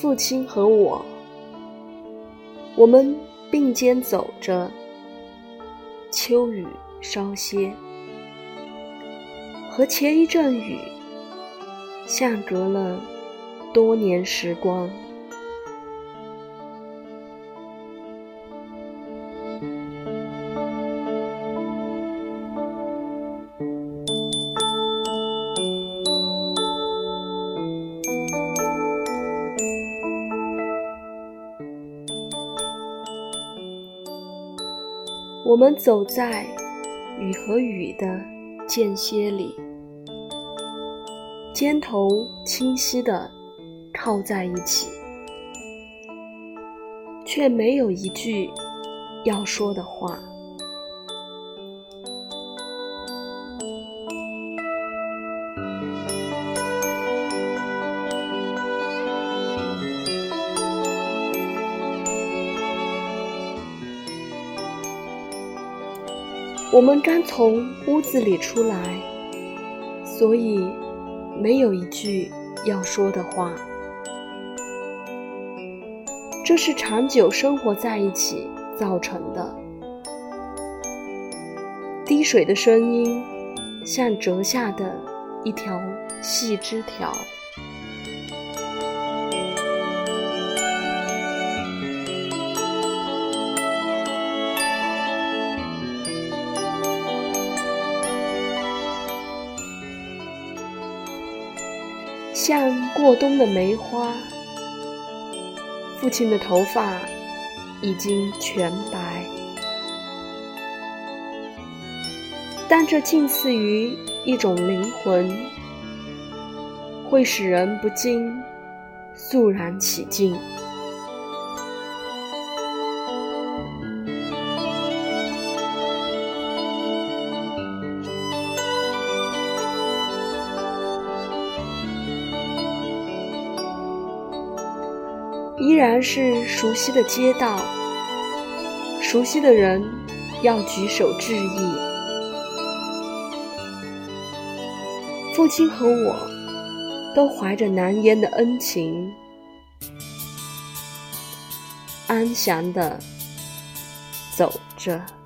父亲和我们并肩走着，秋雨稍歇，和前一阵雨相隔了多年时光。我们走在雨和雨的间歇里，肩头清晰地靠在一起，却没有一句要说的话。我们刚从屋子里出来，所以没有一句要说的话。这是长久生活在一起造成的。滴水的声音像折下的一条细枝条。像过冬的梅花，父亲的头发已经全白，但这近似于一种灵魂，会使人不禁肃然起敬。依然是熟悉的街道，熟悉的人要举手致意。父亲和我都怀着难言的恩情，安详地走着。